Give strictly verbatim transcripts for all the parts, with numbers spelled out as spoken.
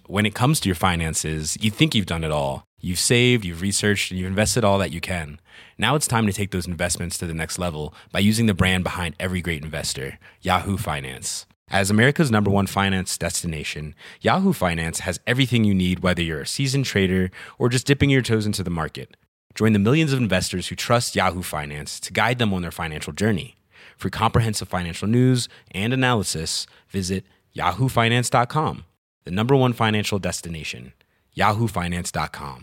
when it comes to your finances, you think you've done it all. You've saved, you've researched, and you've invested all that you can. Now it's time to take those investments to the next level by using the brand behind every great investor, Yahoo Finance. As America's number one finance destination, Yahoo Finance has everything you need, whether you're a seasoned trader or just dipping your toes into the market. Join the millions of investors who trust Yahoo Finance to guide them on their financial journey. For comprehensive financial news and analysis, visit yahoo finance dot com, the number one financial destination, yahoo finance dot com.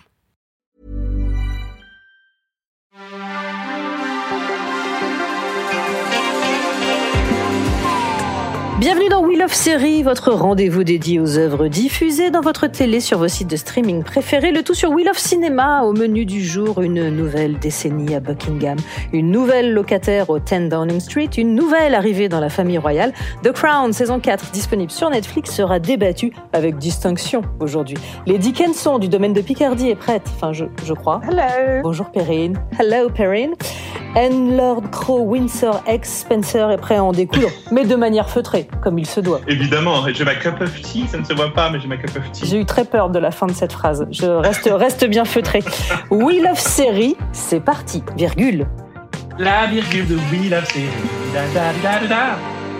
Bienvenue dans We Love Série, votre rendez-vous dédié aux œuvres diffusées dans votre télé sur vos sites de streaming préférés. Le tout sur We Love Cinéma. Au menu du jour, une nouvelle décennie à Buckingham, une nouvelle locataire au dix Downing Street, une nouvelle arrivée dans la famille royale. The Crown, saison quatre, disponible sur Netflix, sera débattue avec distinction aujourd'hui. Lady Kenson du domaine de Picardie est prête, enfin je, je crois. Hello. Bonjour Perrine. Hello Perrine. And Lord Crow Windsor ex Spencer est prêt à en découdre, mais de manière feutrée, comme il se doit. Évidemment, j'ai ma cup of tea, ça ne se voit pas, mais j'ai ma cup of tea. J'ai eu très peur de la fin de cette phrase. Je reste, reste bien feutré. We Love Série, c'est parti, virgule. La virgule de We Love Série. Da, da, da, da, da.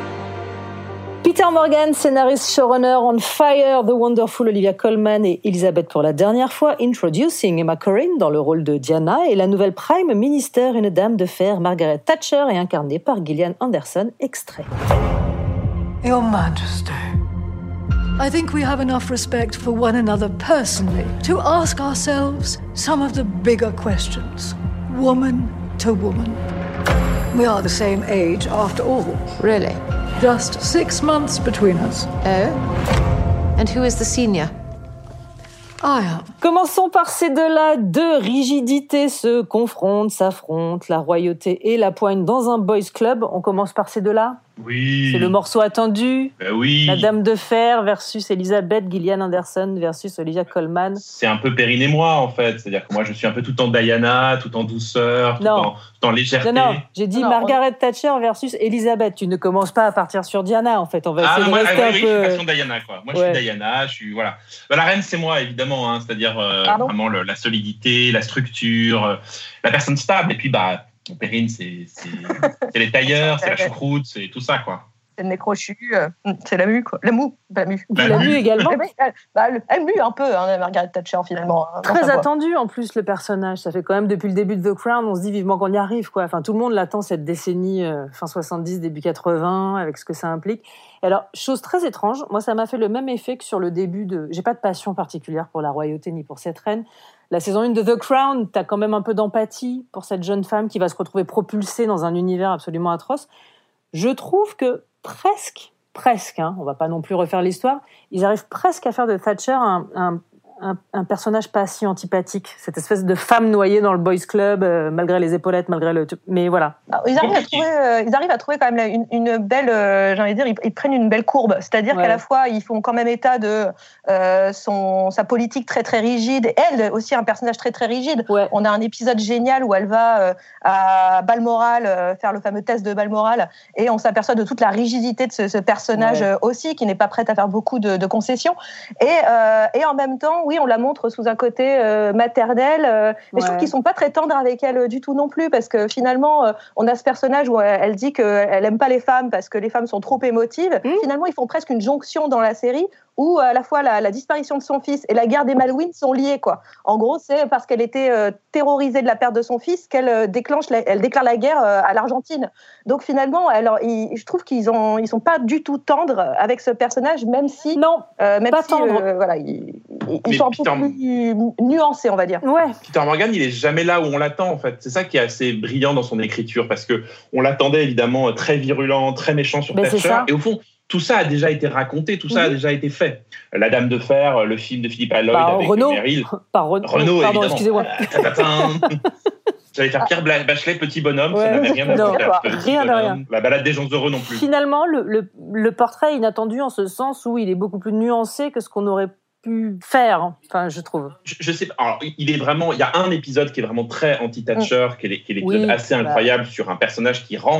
Peter Morgan, scénariste, showrunner, on fire, The Wonderful Olivia Colman et Elizabeth pour la dernière fois, introducing Emma Corrin dans le rôle de Diana et la nouvelle Prime Minister, une dame de fer, Margaret Thatcher, est incarnée par Gillian Anderson, extrait. Your Majesty, I think we have enough respect for one another personally to ask ourselves some of the bigger questions, woman to woman. We are the same age after all. Really? Just six months between us. Oh? And who is the senior? I am. Commençons par ces deux-là. Deux rigidités se confrontent, s'affrontent, la royauté et la poigne dans un boys club. On commence par ces deux-là. Oui. C'est le morceau attendu. Ben oui. La Dame de Fer versus Elizabeth, Gillian Anderson versus Olivia Colman. C'est un peu Perrine et moi, en fait. C'est-à-dire que moi, je suis un peu tout en Diana, tout en douceur, tout, Non. en, tout en légèreté. Non, non, j'ai dit Non, Margaret Thatcher versus Elizabeth. Tu ne commences pas à partir sur Diana, en fait. On va Ah, essayer moi, de rester ah, un oui, peu... je suis passion Diana, quoi. Moi, Ouais. je suis Diana, je suis... Voilà. Ben, la reine, c'est moi, évidemment. Hein, c'est-à-dire euh, Pardon vraiment le, la solidité, la structure, euh, la personne stable. Et puis, bah, Perrine, c'est, c'est, c'est les tailleurs, c'est la choucroute, c'est tout ça, quoi. C'est le nez crochu, euh, c'est la mue, quoi. La moue, pas la mue. Tu l'as vu également. Eh ben, elle, bah, elle, elle mue un peu, hein, Margaret Thatcher, finalement. Hein, dans Très sa voix. attendu en plus le personnage. Ça fait quand même depuis le début de The Crown, on se dit vivement qu'on y arrive, quoi. Enfin, tout le monde l'attend cette décennie euh, fin soixante-dix, début quatre-vingts, avec ce que ça implique. Et alors, chose très étrange, moi ça m'a fait le même effet que sur le début de. J'ai pas de passion particulière pour la royauté ni pour cette reine. La saison un de The Crown, t'as quand même un peu d'empathie pour cette jeune femme qui va se retrouver propulsée dans un univers absolument atroce. Je trouve que presque. Presque, hein, on va pas non plus refaire l'histoire, ils arrivent presque à faire de Thatcher un, un, un, un personnage pas si antipathique, cette espèce de femme noyée dans le boys club, euh, malgré les épaulettes, malgré le... Mais voilà. Alors, ils, arrivent à trouver, euh, ils arrivent à trouver quand même une, une belle, euh, j'ai envie de dire, ils, ils prennent une belle courbe. C'est-à-dire Ouais. qu'à la fois, ils font quand même état de euh, son, sa politique très très rigide. Elle aussi un personnage très très rigide. Ouais. On a un épisode génial où elle va euh, à Balmoral euh, faire le fameux test de Balmoral et on s'aperçoit de toute la rigidité de ce, ce personnage Ouais. euh, aussi, qui n'est pas prête à faire beaucoup de, de concessions. Et, euh, et en même temps, oui, on la montre sous un côté euh, maternel. Euh, mais Ouais. je trouve qu'ils sont pas très tendres avec elle euh, du tout non plus, parce que finalement, euh, on a ce personnage où elle, elle dit qu'elle aime pas les femmes parce que les femmes sont trop émotives. Mmh. Finalement, ils font presque une jonction dans la série où à la fois la, la disparition de son fils et la guerre des Malouines sont liées, quoi. En gros, c'est parce qu'elle était euh, terrorisée de la perte de son fils qu'elle euh, déclenche, la, elle déclare la guerre euh, à l'Argentine. Donc finalement, alors, ils, je trouve qu'ils ont, ils sont pas du tout tendres avec ce personnage, même si, Non, euh, même pas si, tendre. euh, voilà, ils, ils Mais sont un Peter- peu plus nuancés, on va dire. ouais. Peter Morgan, il est jamais là où on l'attend, en fait. C'est ça qui est assez brillant dans son écriture, parce que on l'attendait évidemment très virulent, très méchant sur Ben, c'est Thatcher. ça. Et au fond, tout ça a déjà été raconté, tout ça a Mhm. déjà été fait. La Dame de Fer, le film de Philippe Lloyd Bah, avec Renaud. Meryl. Par Renaud, Renaud, pardon, évidemment. excusez-moi. Euh, tatatin. J'allais faire Pierre Bla- Bachelet, petit bonhomme, Ouais. ça n'avait rien à Non, voir. Petit rien de bonhomme. rien. La balade des gens heureux non plus. Finalement, le, le, le portrait est inattendu en ce sens où il est beaucoup plus nuancé que ce qu'on aurait pu faire, hein. Enfin, je trouve. Je, je sais pas. Alors, il est vraiment. Il y a un épisode qui est vraiment très anti-Thatcher, qui est, qui est l'épisode Oui, assez bah. incroyable sur un personnage qui rentre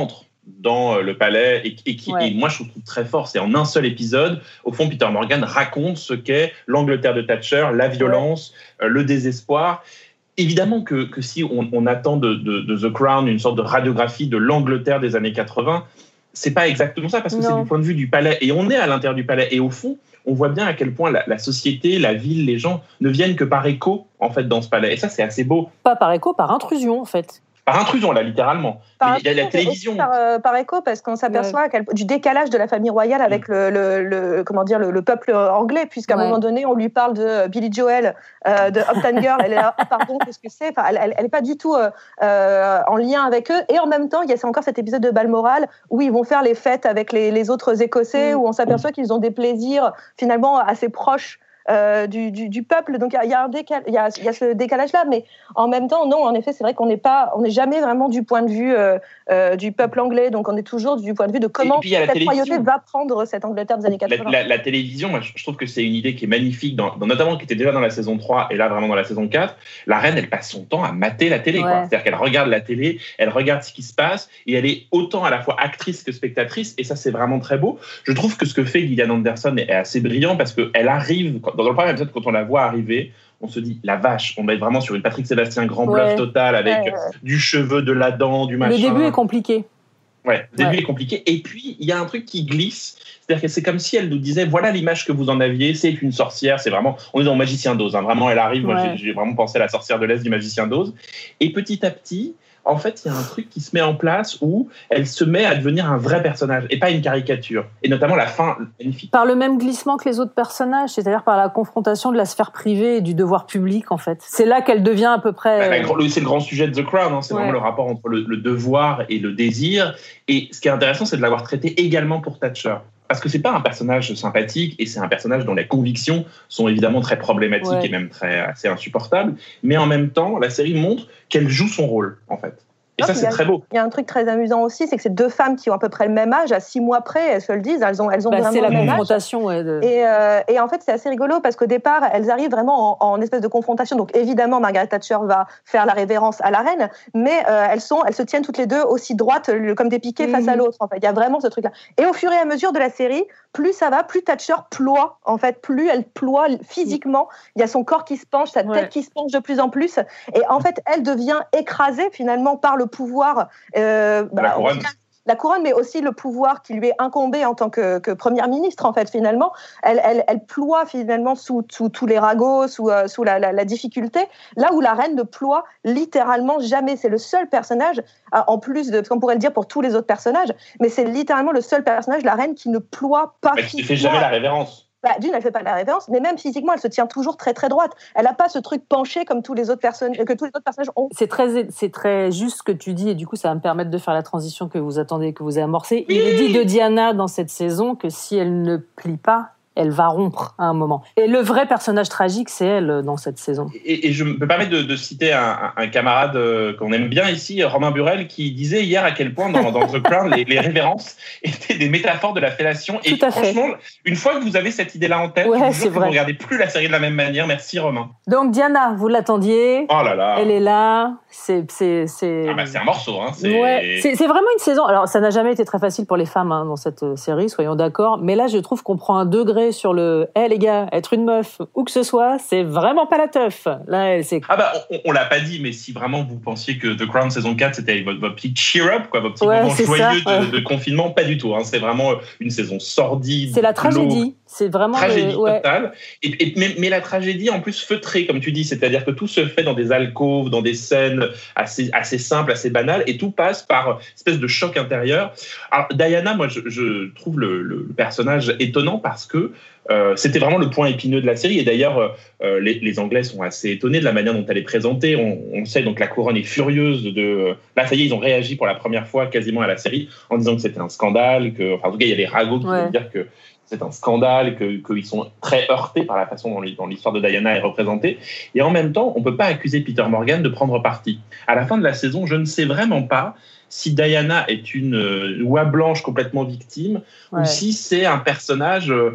dans le palais et, et qui, ouais. et moi je trouve très fort, c'est en un seul épisode, au fond Peter Morgan raconte ce qu'est l'Angleterre de Thatcher, la violence, ouais. euh, le désespoir. Évidemment que, que si on, on attend de, de, de The Crown une sorte de radiographie de l'Angleterre des années quatre-vingts, c'est pas exactement ça, parce que non. c'est du point de vue du palais, et on est à l'intérieur du palais, et au fond, on voit bien à quel point la, la société, la ville, les gens ne viennent que par écho, en fait, dans ce palais, et ça, c'est assez beau. Pas par écho, par intrusion, en fait. Par intrusion, là, littéralement. Par, il y a la télévision. Par, euh, par écho, parce qu'on s'aperçoit ouais. quel, du décalage de la famille royale avec mmh. le, le, le, comment dire, le, le peuple anglais, puisqu'à ouais. un moment donné, on lui parle de Billy Joel, euh, de Upton Girl. Elle est là, ah, pardon, qu'est-ce que c'est enfin, Elle n'est pas du tout euh, euh, en lien avec eux. Et en même temps, il y a encore cet épisode de Balmoral où ils vont faire les fêtes avec les, les autres Écossais, mmh. où on s'aperçoit qu'ils ont des plaisirs finalement assez proches. Euh, du, du, du peuple, donc il y a un décal, il y a, y a ce décalage-là, mais en même temps, non, en effet, c'est vrai qu'on n'est pas, on n'est jamais vraiment du point de vue euh, euh, du peuple anglais, donc on est toujours du point de vue de comment cette royauté va prendre cette Angleterre des années quatre-vingts. La, la, la télévision, moi, je trouve que c'est une idée qui est magnifique, dans, dans, notamment qui était déjà dans la saison trois et là vraiment dans la saison quatre. La reine, elle passe son temps à mater la télé, ouais. quoi. C'est-à-dire qu'elle regarde la télé, elle regarde ce qui se passe et elle est autant à la fois actrice que spectatrice, et ça, c'est vraiment très beau. Je trouve que ce que fait Gillian Anderson est assez brillant parce qu'elle arrive, dans le premier épisode, quand on la voit arriver, on se dit, la vache, on est vraiment sur une Patrick Sébastien grand bluff ouais. total avec ouais, ouais. du cheveu, de la dent, du machin. Le début est compliqué. Ouais, le début ouais. est compliqué. Et puis, il y a un truc qui glisse. C'est-à-dire que c'est comme si elle nous disait, voilà l'image que vous en aviez, c'est une sorcière, c'est vraiment, on est dans Magicien d'Oz, hein, vraiment, elle arrive, ouais. moi j'ai, j'ai vraiment pensé à la sorcière de l'Est du Magicien d'Oz. Et petit à petit, en fait, il y a un truc qui se met en place où elle se met à devenir un vrai personnage et pas une caricature. Et notamment la fin magnifique. Par le même glissement que les autres personnages, c'est-à-dire par la confrontation de la sphère privée et du devoir public, en fait. C'est là qu'elle devient à peu près... Bah, bah, c'est le grand sujet de The Crown, hein. c'est ouais. vraiment le rapport entre le, le devoir et le désir. Et ce qui est intéressant, c'est de l'avoir traité également pour Thatcher. Parce que c'est pas un personnage sympathique et c'est un personnage dont les convictions sont évidemment très problématiques ouais. et même très assez insupportables. Mais en même temps, la série montre qu'elle joue son rôle, en fait. Et non, ça, c'est a, très beau. Il y a un truc très amusant aussi, c'est que c'est deux femmes qui ont à peu près le même âge, à six mois près, elles se le disent, elles ont, elles ont bah, vraiment c'est la le même confrontation, âge. Ouais, de... et, euh, et en fait, c'est assez rigolo parce qu'au départ, elles arrivent vraiment en, en espèce de confrontation. Donc évidemment, Margaret Thatcher va faire la révérence à la reine, mais euh, elles, sont, elles se tiennent toutes les deux aussi droites, comme des piquets mmh. face à l'autre. En fait, il y a vraiment ce truc-là. Et au fur et à mesure de la série, plus ça va, plus Thatcher ploie. En fait, plus elle ploie physiquement. Il y a son corps qui se penche, sa tête ouais. qui se penche de plus en plus. Et en fait, elle devient écrasée finalement par le pouvoir. Euh, bah, la couronne. La couronne, mais aussi le pouvoir qui lui est incombé en tant que, que première ministre, en fait, finalement. Elle, elle, elle ploie, finalement, sous, sous tous les ragots, sous, euh, sous la, la, la difficulté, là où la reine ne ploie littéralement jamais. C'est le seul personnage, euh, en plus de, qu'on pourrait le dire pour tous les autres personnages, mais c'est littéralement le seul personnage, la reine, qui ne ploie pas. Mais qui ne fait jamais la révérence. Bah, d'une, elle ne fait pas la révérence, mais même physiquement, elle se tient toujours très très droite. Elle n'a pas ce truc penché comme tous les autres personnes, que tous les autres personnages ont. C'est très, c'est très juste ce que tu dis, et du coup, ça va me permettre de faire la transition que vous attendez, que vous avez amorcée. Oui. Il est dit de Diana dans cette saison que si elle ne plie pas, elle va rompre à un moment. Et le vrai personnage tragique, c'est elle dans cette saison. Et, et je me permets de, de citer un, un camarade euh, qu'on aime bien ici, Romain Burel, qui disait hier à quel point dans, dans The Crown, les, les révérences étaient des métaphores de la fellation. Et Tout à franchement, fait. une fois que vous avez cette idée-là en tête, ouais, je vous jure que vous ne regardez plus la série de la même manière. Merci Romain. Donc Diana, vous l'attendiez. Oh là là. Elle est là. C'est, c'est, c'est... Ah bah, c'est un morceau. Hein. C'est... Ouais, c'est, c'est vraiment une saison. Alors, ça n'a jamais été très facile pour les femmes hein, dans cette série, soyons d'accord. Mais là, je trouve qu'on prend un degré sur le hey, « les gars, être une meuf, où que ce soit, c'est vraiment pas la teuf ». Là, c'est... Ah bah, on, on l'a pas dit, mais si vraiment vous pensiez que The Crown saison quatre, c'était votre, votre petit cheer-up, quoi, votre petit ouais, moment joyeux ça, ouais. de, de confinement, pas du tout. Hein. C'est vraiment une saison sordide. C'est la tragédie. Lourde. C'est vraiment tragédie le... ouais. totale. Et, et, mais, mais la tragédie, en plus, feutrée, comme tu dis. C'est-à-dire que tout se fait dans des alcôves, dans des scènes assez, assez simples, assez banales, et tout passe par une espèce de choc intérieur. Alors, Diana, moi, je, je trouve le, le personnage étonnant parce que Euh, c'était vraiment le point épineux de la série. Et d'ailleurs, euh, les, les Anglais sont assez étonnés de la manière dont elle est présentée. On, on sait donc la couronne est furieuse de... Là, ça y est, ils ont réagi pour la première fois quasiment à la série en disant que c'était un scandale, que, enfin, en tout cas, il y a des ragots qui ouais. vont dire que c'est un scandale, que, qu'ils sont très heurtés par la façon dont l'histoire de Diana est représentée. Et en même temps, on ne peut pas accuser Peter Morgan de prendre parti. À la fin de la saison, je ne sais vraiment pas si Diana est une oie blanche complètement victime ouais. ou si c'est un personnage...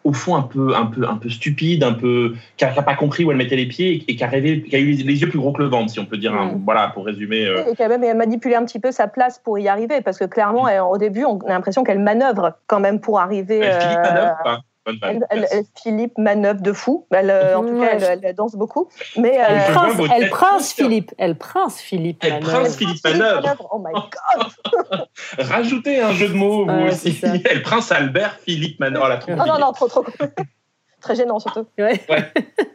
au fond un peu, un peu, un peu stupide, un peu, qui n'a pas compris où elle mettait les pieds et, et qui, a rêvé, qui a eu les, les yeux plus gros que le ventre, si on peut dire. Hein, mmh. Voilà, pour résumer. Euh... Et qui a même manipulé un petit peu sa place pour y arriver, parce que clairement, elle, au début, on a l'impression qu'elle manœuvre quand même pour arriver. Elle, Philippe euh, manœuvre pas. Elle, elle, elle, Philippe manœuvre de fou. Elle, mmh, en tout cas, elle, elle danse beaucoup. Mais elle, euh, prince, elle prince Philippe. Elle prince Philippe Elle prince Philippe manœuvre. Oh my God. Rajoutez un jeu de mots, vous ouais, aussi. Elle prince Albert Philippe manœuvre. Oh, la trop oh non, non, trop, trop. Très gênant, surtout. Ouais. Ouais.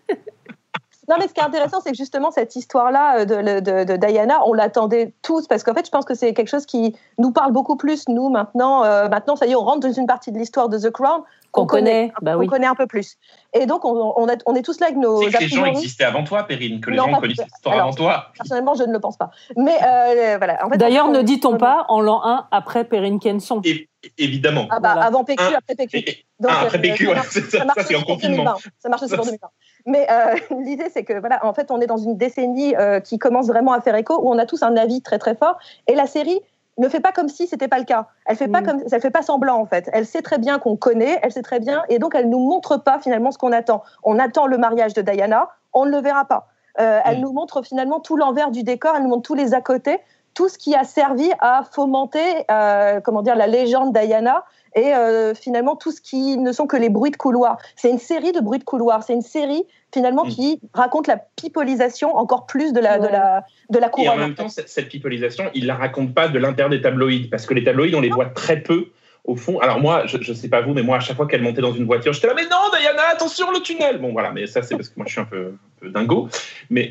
Non, mais ce qui est intéressant, c'est que justement, cette histoire-là de, de, de Diana, on l'attendait tous, parce qu'en fait, je pense que c'est quelque chose qui nous parle beaucoup plus, nous, maintenant. Euh, maintenant, ça y est, on rentre dans une partie de l'histoire de The Crown qu'on on connaît, connaît, bah on oui. connaît un peu plus. Et donc, on, on, a, on est tous là avec nos... C'est que les gens existaient avant toi, Perrine, que les non, gens connaissent cette histoire avant toi. Personnellement, je ne le pense pas. Mais euh, voilà. En fait, d'ailleurs, on, ne dit-on on... pas en l'an un après Perrine Kenson. Et, évidemment. Ah bah, voilà. avant P Q, un, après P Q. Et, et, donc, ah, après P Q, euh, ouais, ça, ça, ça c'est en confinement. Ça marche aussi pour deux mille vingt. Mais euh, l'idée, c'est que voilà, en fait, on est dans une décennie euh, qui commence vraiment à faire écho, où on a tous un avis très très fort, et la série ne fait pas comme si c'était pas le cas. Elle fait pas mmh. comme, elle fait pas semblant en fait. Elle sait très bien qu'on connaît, elle sait très bien, et donc elle nous montre pas finalement ce qu'on attend. On attend le mariage de Diana, on ne le verra pas. Euh, mmh. Elle nous montre finalement tout l'envers du décor, elle nous montre tous les à côté, tout ce qui a servi à fomenter, euh, comment dire, la légende Diana. Et euh, finalement, tout ce qui ne sont que les bruits de couloir. C'est une série de bruits de couloir. C'est une série, finalement, mmh. qui raconte la pipolisation encore plus de la, ouais. de la, de la couronne. Et en même temps, cette, cette pipolisation, il ne la raconte pas de l'intérieur des tabloïds. Parce que les tabloïds, on les voit très peu, au fond. Alors moi, je ne sais pas vous, mais moi, à chaque fois qu'elle montait dans une voiture, j'étais là, mais non, Diana, attention, le tunnel. Bon, voilà, mais ça, c'est parce que moi, je suis un peu, un peu dingo. Mais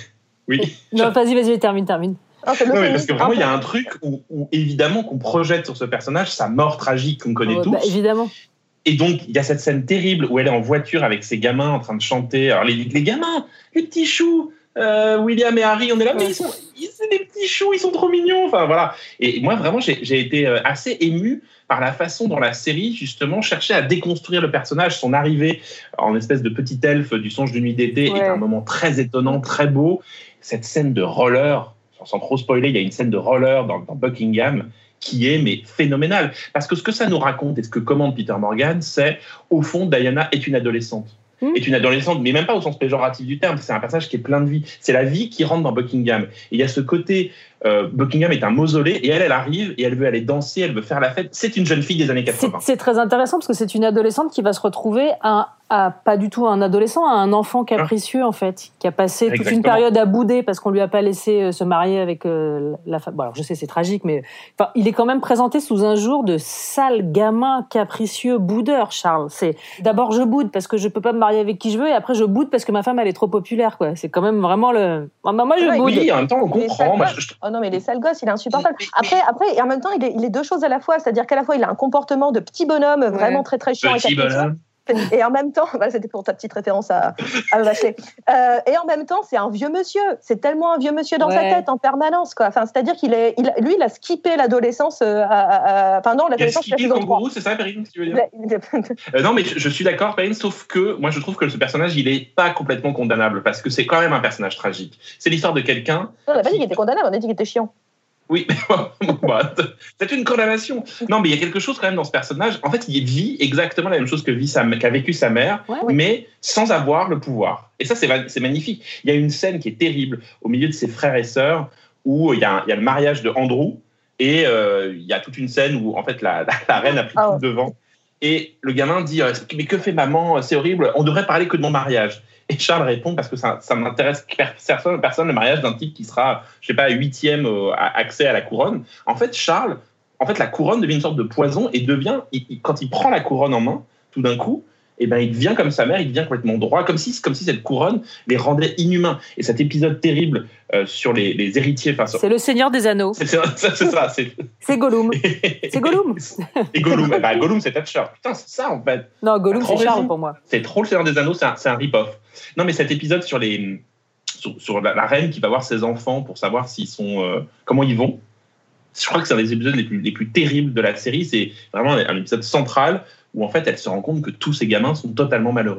oui. Non, vas-y, vas-y, termine, termine. Non, non, mais parce que vraiment, il y a un truc où, où, évidemment, qu'on projette sur ce personnage sa mort tragique qu'on connaît oh, tous. Bah, évidemment. Et donc, il y a cette scène terrible où elle est en voiture avec ses gamins en train de chanter. Alors, les, les gamins, les petits choux, euh, William et Harry, on est là, mais ils sont, ils, c'est des petits choux, ils sont trop mignons. Enfin, voilà. Et moi, vraiment, j'ai, j'ai été assez ému par la façon dont la série, justement, cherchait à déconstruire le personnage. Son arrivée en espèce de petit elfe du Songe d'une nuit d'été ouais. est un moment très étonnant, très beau. Cette scène de roller, sans trop spoiler, il y a une scène de roller dans, dans Buckingham qui est mais phénoménale. Parce que ce que ça nous raconte et ce que commande Peter Morgan, c'est, au fond, Diana est une adolescente. Mmh. Est une adolescente, mais même pas au sens péjoratif du terme. C'est un personnage qui est plein de vie. C'est la vie qui rentre dans Buckingham. Et il y a ce côté, euh, Buckingham est un mausolée, et elle, elle arrive, et elle veut aller danser, elle veut faire la fête. C'est une jeune fille des années quatre-vingts. C'est, c'est très intéressant, parce que c'est une adolescente qui va se retrouver à, à pas du tout un adolescent, à un enfant capricieux, hein. en fait, qui a passé Exactement. toute une période à bouder, parce qu'on lui a pas laissé se marier avec euh, la femme. Bon, alors je sais, c'est tragique, mais enfin, il est quand même présenté sous un jour de sale gamin capricieux boudeur, Charles. C'est d'abord je boude parce que je peux pas me marier avec qui je veux, et après je boude parce que ma femme elle est trop populaire, quoi. C'est quand même vraiment le. Moi je ouais, boude. Oui, en même temps on comprend. Moi, je... Oh non, mais les sales gosses, il est insupportable. Après, après, et en même temps, il est, il est deux choses à la fois, c'est-à-dire qu'à la fois il a un comportement de petit bonhomme ouais. vraiment très très chiant. Petit bonhomme. Et en même temps, voilà, c'était pour ta petite référence à, à vacher. Euh, et en même temps, c'est un vieux monsieur. C'est tellement un vieux monsieur dans ouais. sa tête en permanence, quoi. Enfin, c'est-à-dire qu'il est, il, lui, il a skippé l'adolescence. Euh, à, à, enfin non, l'adolescence. Il a skippé le kangourou, c'est ça, Perrine, si tu veux dire. euh, non, mais je, je suis d'accord, Perrine, sauf que moi, je trouve que ce personnage, il est pas complètement condamnable parce que c'est quand même un personnage tragique. C'est l'histoire de quelqu'un. Non, on n'a pas dit qu'il était condamnable, on a dit qu'il était chiant. Oui, c'est une condamnation. Non, mais il y a quelque chose quand même dans ce personnage. En fait, il vit exactement la même chose que vit sa, qu'a vécu sa mère, ouais, oui. mais sans avoir le pouvoir. Et ça, c'est, c'est magnifique. Il y a une scène qui est terrible au milieu de ses frères et sœurs où il y a, il y a le mariage de Andrew et euh, il y a toute une scène où en fait la, la, la reine a pris oh. tout devant. Et le gamin dit « Mais que fait maman ? C'est horrible, on devrait parler que de mon mariage. » Et Charles répond « Parce que ça, ça m'intéresse personne, personne le mariage d'un type qui sera, je sais pas, huitième euh, accès à la couronne. » En fait, Charles, en fait, la couronne devient une sorte de poison et devient, il, il, quand il prend la couronne en main, tout d'un coup, eh ben, il devient comme sa mère, il devient complètement droit, comme si, comme si cette couronne les rendait inhumains. Et cet épisode terrible euh, sur les, les héritiers... Enfin, sur... C'est le Seigneur des Anneaux. C'est, c'est, c'est, c'est ça. C'est, c'est Gollum. C'est Gollum. Et Gollum, bah, Gollum, c'est Thatcher. Putain, c'est ça, en fait. Non, Gollum, c'est Charles, raison. Pour moi. C'est trop le Seigneur des Anneaux, c'est un, c'est un rip-off. Non, mais cet épisode sur, les, sur, sur la, la reine qui va voir ses enfants pour savoir s'ils sont, euh, comment ils vont, je crois que c'est un des épisodes les plus, les plus terribles de la série. C'est vraiment un épisode central où en fait elle se rend compte que tous ces gamins sont totalement malheureux.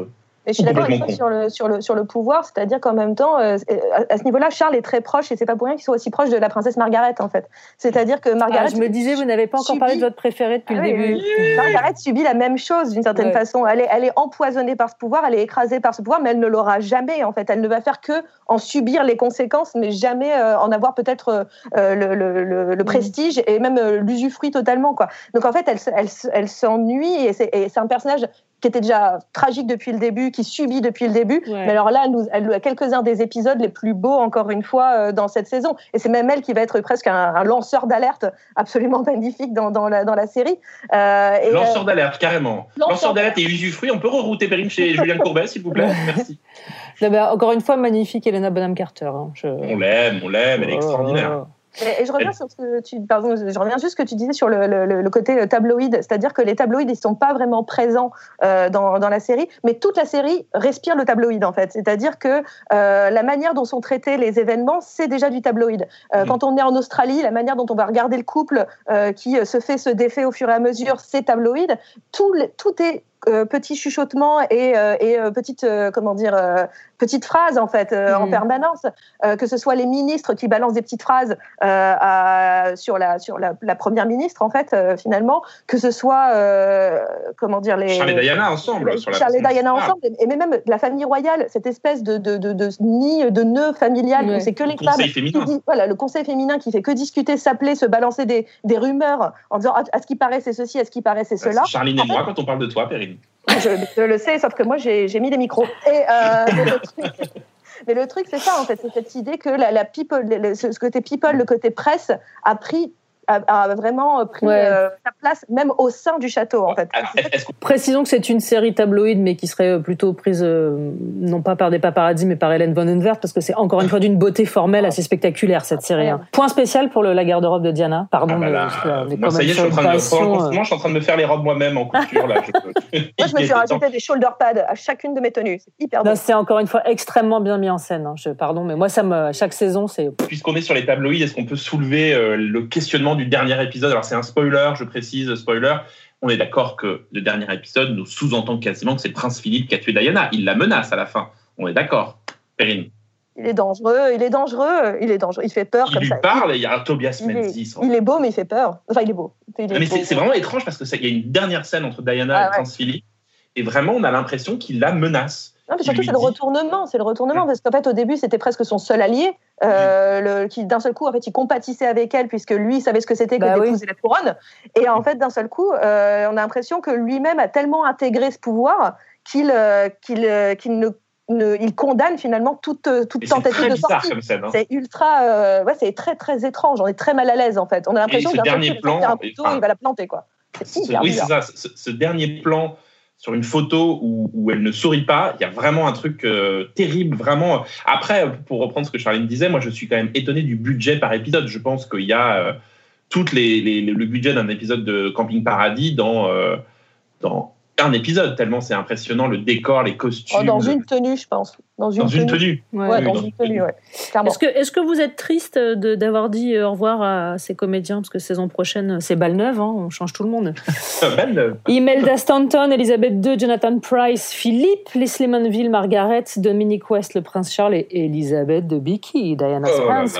Et je suis d'accord avec toi sur le, sur, le, sur le pouvoir, c'est-à-dire qu'en même temps, euh, à, à ce niveau-là, Charles est très proche, et c'est pas pour rien qu'il soit aussi proche de la princesse Margaret, en fait. C'est-à-dire que Margaret... Ah, je me disais, vous n'avez pas encore subit... parlé de votre préférée depuis ah, le début. Oui. Margaret subit la même chose, d'une certaine ouais. façon. Elle est, elle est empoisonnée par ce pouvoir, elle est écrasée par ce pouvoir, mais elle ne l'aura jamais, en fait. Elle ne va faire que en subir les conséquences, mais jamais euh, en avoir peut-être euh, le, le, le, le prestige et même euh, l'usufruit totalement, quoi. Donc, en fait, elle, elle, elle s'ennuie, et c'est, et c'est un personnage qui était déjà tragique depuis le début, qui subit depuis le début. Ouais. Mais alors là, elle, nous, elle a quelques-uns des épisodes les plus beaux, encore une fois, euh, dans cette saison. Et c'est même elle qui va être presque un, un lanceur d'alerte absolument magnifique dans, dans, la, dans la série. Euh, et lanceur euh, d'alerte, carrément. Lanceur, lanceur d'alerte et usufruit. On peut rerouter Perrine chez Julien Courbet, s'il vous plaît. Merci. Non, bah, encore une fois, magnifique Helena Bonham Carter. Hein. Je... On l'aime, on l'aime, elle est extraordinaire. Oh. Et, et je reviens sur ce que tu, pardon, je reviens juste ce que tu disais sur le, le, le côté tabloïd, c'est-à-dire que les tabloïds ils sont pas vraiment présents euh, dans, dans la série, mais toute la série respire le tabloïd en fait, c'est-à-dire que euh, la manière dont sont traités les événements, c'est déjà du tabloïd. Euh, mmh. Quand on est en Australie, la manière dont on va regarder le couple euh, qui se fait se défait au fur et à mesure, c'est tabloïd. Tout, tout est Euh, petits chuchotements et, euh, et euh, petites euh, comment dire euh, petites phrases en fait euh, mmh. en permanence, euh, que ce soit les ministres qui balancent des petites phrases euh, à, sur la sur la, la première ministre en fait euh, finalement, que ce soit euh, comment dire les Charles et Diana ensemble les, sur la Charles et Diana ensemble et, et même la famille royale, cette espèce de de de, de nid de nœud familial ouais. où c'est que les le femmes féminin. Qui, voilà le conseil féminin qui fait que discuter, s'appeler, se balancer des des rumeurs en disant à ce qui paraît c'est ceci, à ce qui paraît c'est cela. C'est Charline et moi quand on parle de toi, Perrine. Je, je le sais, sauf que moi, j'ai, j'ai mis des micros. Et, euh, mais, le truc, mais le truc, c'est ça, en fait. C'est cette idée que la, la people, le, ce côté people, le côté presse, a pris... A, a vraiment pris ouais. euh, sa place même au sein du château en fait. Alors, que... Précisons que c'est une série tabloïde mais qui serait plutôt prise euh, non pas par des paparazzis mais par Hélène von Unwerth parce que c'est encore une fois d'une beauté formelle assez spectaculaire cette série. Hein. Point spécial pour le, la garde-robe de Diana. Pardon. Ah bah là, mais, euh, moi, ça y est, je suis en train de passion, je suis en train de me faire les robes moi-même en couture là. Je peux... moi je me suis rajouté des shoulder pads à chacune de mes tenues. C'est hyper beau. Non, c'est encore une fois extrêmement bien mis en scène. Hein. Je, pardon mais moi ça me chaque saison c'est. Puisqu'on est sur les tabloïds, est-ce qu'on peut soulever euh, le questionnement du dernier épisode? Alors c'est un spoiler, je précise, spoiler. On est d'accord que le dernier épisode nous sous-entend quasiment que c'est le prince Philippe qui a tué Diana. Il la menace à la fin. On est d'accord, Perrine? Il est dangereux, il est dangereux, il est dangereux. Il fait peur il comme lui ça. Il parle et il y a un Tobias Menzies. Il, il est beau, mais il fait peur. Enfin, il est beau. Il est mais beau. C'est, c'est vraiment étrange parce qu'il y a une dernière scène entre Diana ah, et le ouais. prince Philippe et vraiment on a l'impression qu'il la menace. Non, mais surtout, c'est le retournement. C'est le retournement parce qu'en fait, au début, c'était presque son seul allié. Euh, le, qui, d'un seul coup, en fait, il compatissait avec elle puisque lui, il savait ce que c'était que bah d'épouser oui. la couronne. Et en fait, d'un seul coup, euh, on a l'impression que lui-même a tellement intégré ce pouvoir qu'il, euh, qu'il, euh, qu'il ne Ne, il condamne finalement toute, toute tentative de sortie. Comme scène, hein. C'est ultra, euh, ouais, c'est très très étrange. On est très mal à l'aise en fait. On a l'impression que d'un dernier plan, un couteau, enfin, il va la planter quoi. C'est ce, oui, c'est ça. Ce, ce dernier plan sur une photo où, où elle ne sourit pas, il y a vraiment un truc euh, terrible, vraiment. Après, pour reprendre ce que Charline disait, moi je suis quand même étonné du budget par épisode. Je pense qu'il y a euh, toutes les, les, le budget d'un épisode de Camping Paradis dans euh, dans un épisode, tellement c'est impressionnant, le décor, les costumes. Oh, dans une tenue, je pense. Dans une dans tenue. Une tenue. Ouais, ouais, dans, dans une tenue, ouais. Clairement. Est-ce que, est-ce que vous êtes triste de, d'avoir dit au revoir à ces comédiens, parce que saison prochaine, c'est balle neuve, hein, on change tout le monde. Balle neuve. Imelda Stanton, Elisabeth deux, Jonathan Pryce, Philippe, Leslie Manville, Margaret, Dominic West, le prince Charles et Elisabeth Debicki, Diana oh Spencer.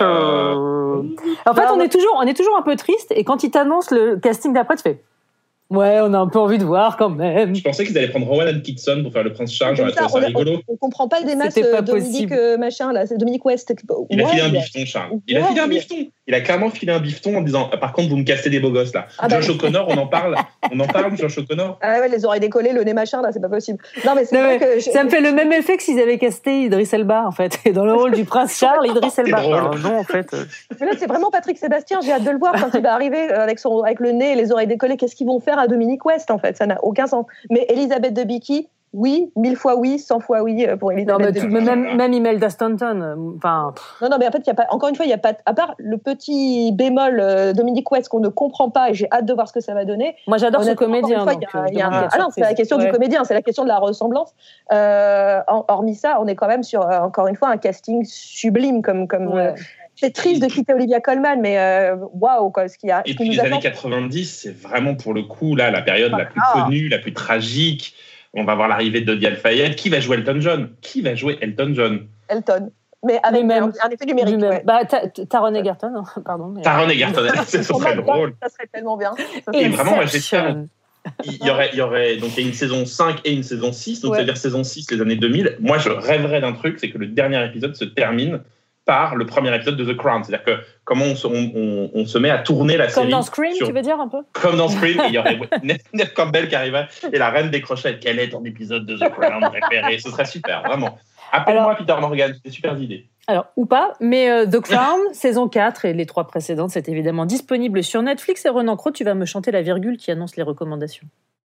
En fait, on est, toujours, on est toujours un peu triste, et quand ils t'annoncent le casting d'après, tu fais... Ouais, on a un peu envie de voir quand même. Je pensais qu'ils allaient prendre Rowan Atkinson pour faire le prince Charles. J'aurais trouvé ça rigolo. On, on comprend pas le démas de Dominique euh, machin là, c'est Dominique West. Il ouais, a filé un bifton, Charles. Il ouais, a filé un bifton. Il a clairement filé un bifton en disant par contre vous me cassez des beaux gosses là. Ah bah, Josh O'Connor, on en parle. On en parle, Josh O'Connor. Ah ouais, les oreilles décollées, le nez machin là, c'est pas possible. Non mais c'est non, vrai mais que je... ça me fait le même effet que s'ils avaient casté Idriss Elba en fait, et dans le rôle du prince Charles, Idriss Elba. Alors, non en fait. Mais là c'est vraiment Patrick Sébastien. J'ai hâte de le voir quand il va arriver avec son avec le nez et les oreilles décollées. Qu'est-ce qu'ils vont faire à Dominique West en fait? Ça n'a aucun sens. Mais Elisabeth Debicki, oui, mille fois oui, cent fois oui pour Elisabeth. Non, mais Debicki. Même, même Imelda Stanton, enfin. Non, non, mais en fait, il y a pas. Encore une fois, il y a pas. À part le petit bémol euh, Dominique West qu'on ne comprend pas, et j'ai hâte de voir ce que ça va donner. Moi, j'adore ce comédien. Fois, donc, y a, y a un... Ah non, c'est la question ouais. du comédien, c'est la question de la ressemblance. Euh, hormis ça, on est quand même sur euh, encore une fois un casting sublime, comme comme. Ouais. Euh, C'est triste de quitter Olivia Colman, mais waouh, wow, quoi, ce qu'il y a. Et puis les années quatre-vingt-dix, c'est vraiment pour le coup là la période ah, la plus ah. connue, la plus tragique. On va voir l'arrivée de Dodi Al-Fayed. Qui va jouer Elton John Qui va jouer Elton John Elton. Mais avec Lui-même. un, un effet numérique. Ouais. Bah, Taron Egerton, hein, pardon. Mais... Taron Egerton, ce serait drôle. Ça serait tellement bien. Ça Et serait vraiment, moi, j'espère. Il y aurait, il y aurait donc il y a une saison cinq et une saison six, donc Ouais. c'est-à-dire saison six, les années deux mille. Moi, je rêverais d'un truc, c'est que le dernier épisode se termine par le premier épisode de The Crown. C'est-à-dire que comment on se, on, on, on se met à tourner la Comme série. dans Scream, sur- tu veux dire un peu? Comme dans Scream, et il y aurait Neve Neve Campbell qui arriverait et la reine décrochait. Quel est ton épisode de The Crown préféré? Ce serait super, vraiment. Appelle-moi Alors- Peter Morgan, c'est des super idées. Alors, ou pas, mais euh, The Crown, saison quatre et les trois précédentes, c'est évidemment disponible sur Netflix. Et Renan Cros, tu vas me chanter la virgule qui annonce les recommandations.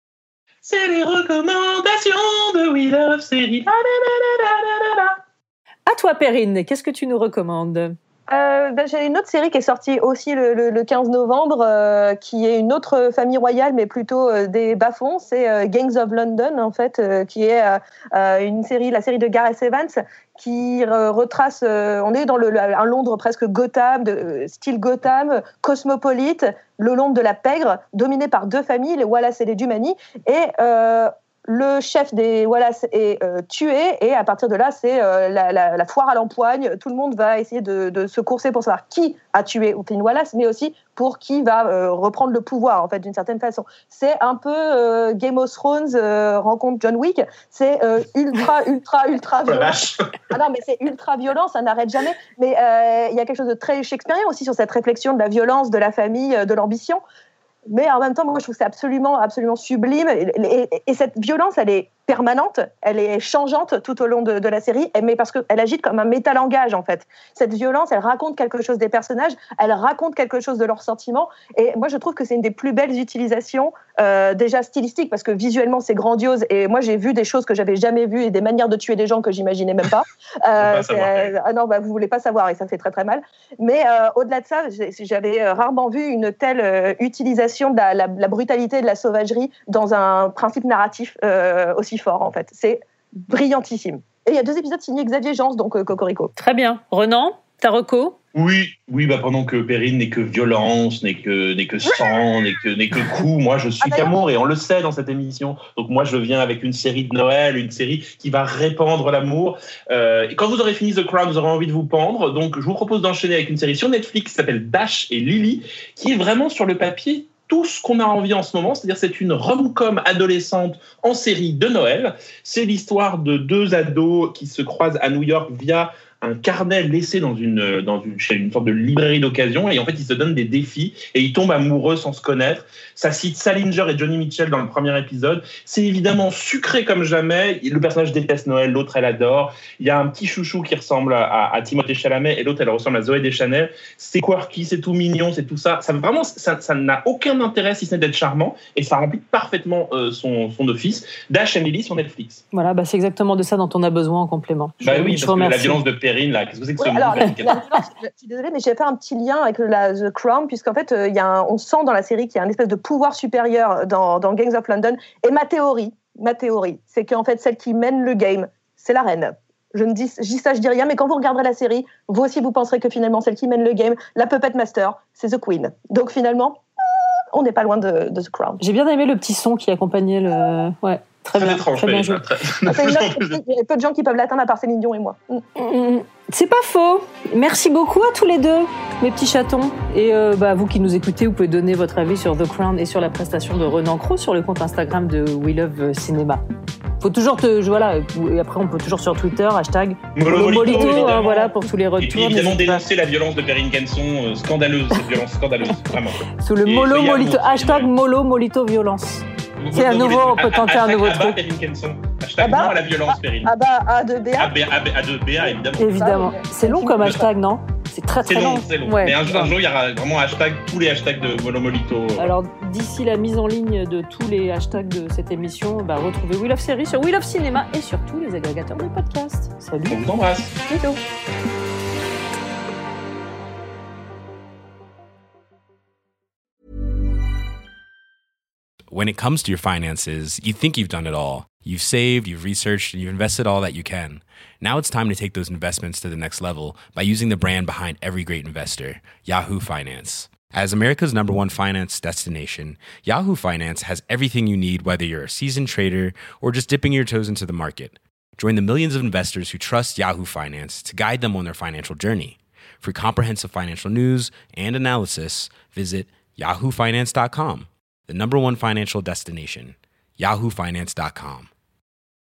C'est les recommandations de We Love Série. La, la, la, la, la, la. À toi, Perrine, qu'est-ce que tu nous recommandes? Euh, ben, j'ai une autre série qui est sortie aussi le, le, le quinze novembre, euh, qui est une autre famille royale, mais plutôt euh, des bas-fonds. C'est euh, Gangs of London, en fait, euh, qui est euh, euh, une série, la série de Gareth Evans, qui euh, retrace. Euh, on est dans le, le, un Londres presque Gotham, de, euh, style Gotham, cosmopolite, le Londres de la pègre, dominé par deux familles, les Wallace et les Dumani, et euh, le chef des Wallace est euh, tué, et à partir de là, c'est euh, la, la, la foire à l'empoigne. Tout le monde va essayer de, de se courser pour savoir qui a tué Finn Wallace, mais aussi pour qui va euh, reprendre le pouvoir, en fait, d'une certaine façon. C'est un peu euh, Game of Thrones euh, rencontre John Wick. C'est euh, ultra, ultra, ultra Oh la violent. vache. Ah non, mais c'est ultra violent, ça n'arrête jamais. Mais euh, il y a quelque chose de très shakespearien aussi sur cette réflexion de la violence, de la famille, de l'ambition. Mais en même temps, moi, je trouve que c'est absolument, absolument sublime. Et, et, et cette violence, elle est permanente, elle est changeante tout au long de, de la série, mais parce qu'elle agit comme un métalangage, en fait. Cette violence, elle raconte quelque chose des personnages, elle raconte quelque chose de leurs sentiments. Et moi, je trouve que c'est une des plus belles utilisations, euh, déjà stylistiques, parce que visuellement, c'est grandiose. Et moi, j'ai vu des choses que j'avais jamais vues et des manières de tuer des gens que j'imaginais même pas. Euh, pas c'est, euh, ah non, bah, vous voulez pas savoir, et ça fait très très mal. Mais euh, au-delà de ça, j'avais rarement vu une telle euh, utilisation de la, la, la brutalité, de la sauvagerie dans un principe narratif euh, aussi fort, en fait. C'est brillantissime. Et il y a deux épisodes signés Xavier Jans, donc euh, Cocorico. Très bien. Renan, ta reco? Oui, oui, bah pendant que Perrine n'est que violence, n'est que n'est que sang, n'est que n'est que coups, moi je suis Ah, qu'amour et on le sait dans cette émission. Donc moi je viens avec une série de Noël, une série qui va répandre l'amour. Euh, et quand vous aurez fini The Crown, vous aurez envie de vous pendre. Donc je vous propose d'enchaîner avec une série sur Netflix qui s'appelle Dash et Lily, qui est vraiment sur le papier tout ce qu'on a envie en ce moment, c'est-à-dire c'est une rom-com adolescente en série de Noël. C'est l'histoire de deux ados qui se croisent à New York via un carnet laissé dans une, dans une, chez une sorte de librairie d'occasion, et en fait ils se donnent des défis et ils tombent amoureux sans se connaître. Ça cite Salinger et Johnny Mitchell dans le premier épisode. C'est évidemment sucré comme jamais. Le personnage déteste Noël, l'autre elle adore. Il y a un petit chouchou qui ressemble à, à Timothée Chalamet et l'autre elle ressemble à Zoé Deschanel. C'est quirky, c'est tout mignon, c'est tout ça. Ça vraiment, ça, ça n'a aucun intérêt si ce n'est d'être charmant, et ça remplit parfaitement euh, son, son office. Dash and Lily sur Netflix. Voilà, bah c'est exactement de ça dont on a besoin en complément. Bah je, oui, je parce que la remercie. violence de Perrine, là, qu'est-ce que c'est que Oui, ce alors, mot la, la violence, je suis désolée, mais j'ai fait un petit lien avec la, The Crown, puisqu'en fait, euh, y a un, on sent dans la série qu'il y a un espèce de pouvoir supérieur dans, dans Gangs of London. Et ma théorie, ma théorie, c'est qu'en fait, celle qui mène le game, c'est la reine. Je ne dis, je dis ça, je dis rien, mais quand vous regarderez la série, vous aussi, vous penserez que finalement, celle qui mène le game, la Puppet Master, c'est The Queen. Donc finalement, on n'est pas loin de, de The Crown. J'ai bien aimé le petit son qui accompagnait le... Ouais. Très, Très bien, étrange, très bien mais joué. très- Ah, c'est une autre technique, il y a peu de gens qui peuvent l'atteindre à part Céline Dion et moi. Mm. Mm, C'est pas faux. Merci beaucoup à tous les deux, mes petits chatons. Et euh, bah, vous qui nous écoutez, vous pouvez donner votre avis sur The Crown et sur la prestation de Renan Cros sur le compte Instagram de We Love Cinéma. Faut toujours te, voilà, et après on peut toujours sur Twitter, hashtag Molo Molito, Molito, hein, évidemment. voilà, pour tous les retours. Et puis évidemment n'hésitez pas. dénoncer la violence de Perrine Kenson, euh, scandaleuse, cette violence scandaleuse, vraiment. Sous le Et Molo soyez Molito, amour, hashtag évidemment. Molo Molito violence. C'est un Molo nouveau, Molito. on peut tenter un Hashtag nouveau Abba truc. Perrine Kenson. Hashtag Ah bah, non à la violence, Perrine. Ah bah, A de B A. A B A, A deux B A, évidemment. Évidemment. Ça, C'est long comme hashtag, non? C'est très C'est très long, long. c'est long. Ouais, Mais un, bon. un jour, il y aura vraiment un hashtag, tous les hashtags de Molo Molito. Alors, d'ici la mise en ligne de tous les hashtags de cette émission, bah, retrouvez We Love Série sur We Love Cinéma et sur tous les agrégateurs de podcasts. Salut. On vous embrasse. Bisous. When it comes to your finances, you think you've done it all. You've saved, you've researched, and you've invested all that you can. Now it's time to take those investments to the next level by using the brand behind every great investor, Yahoo Finance. As America's number one finance destination, Yahoo Finance has everything you need, whether you're a seasoned trader or just dipping your toes into the market. Join the millions of investors who trust Yahoo Finance to guide them on their financial journey. For comprehensive financial news and analysis, visit yahoo finance dot com, the number one financial destination, yahoo finance dot com.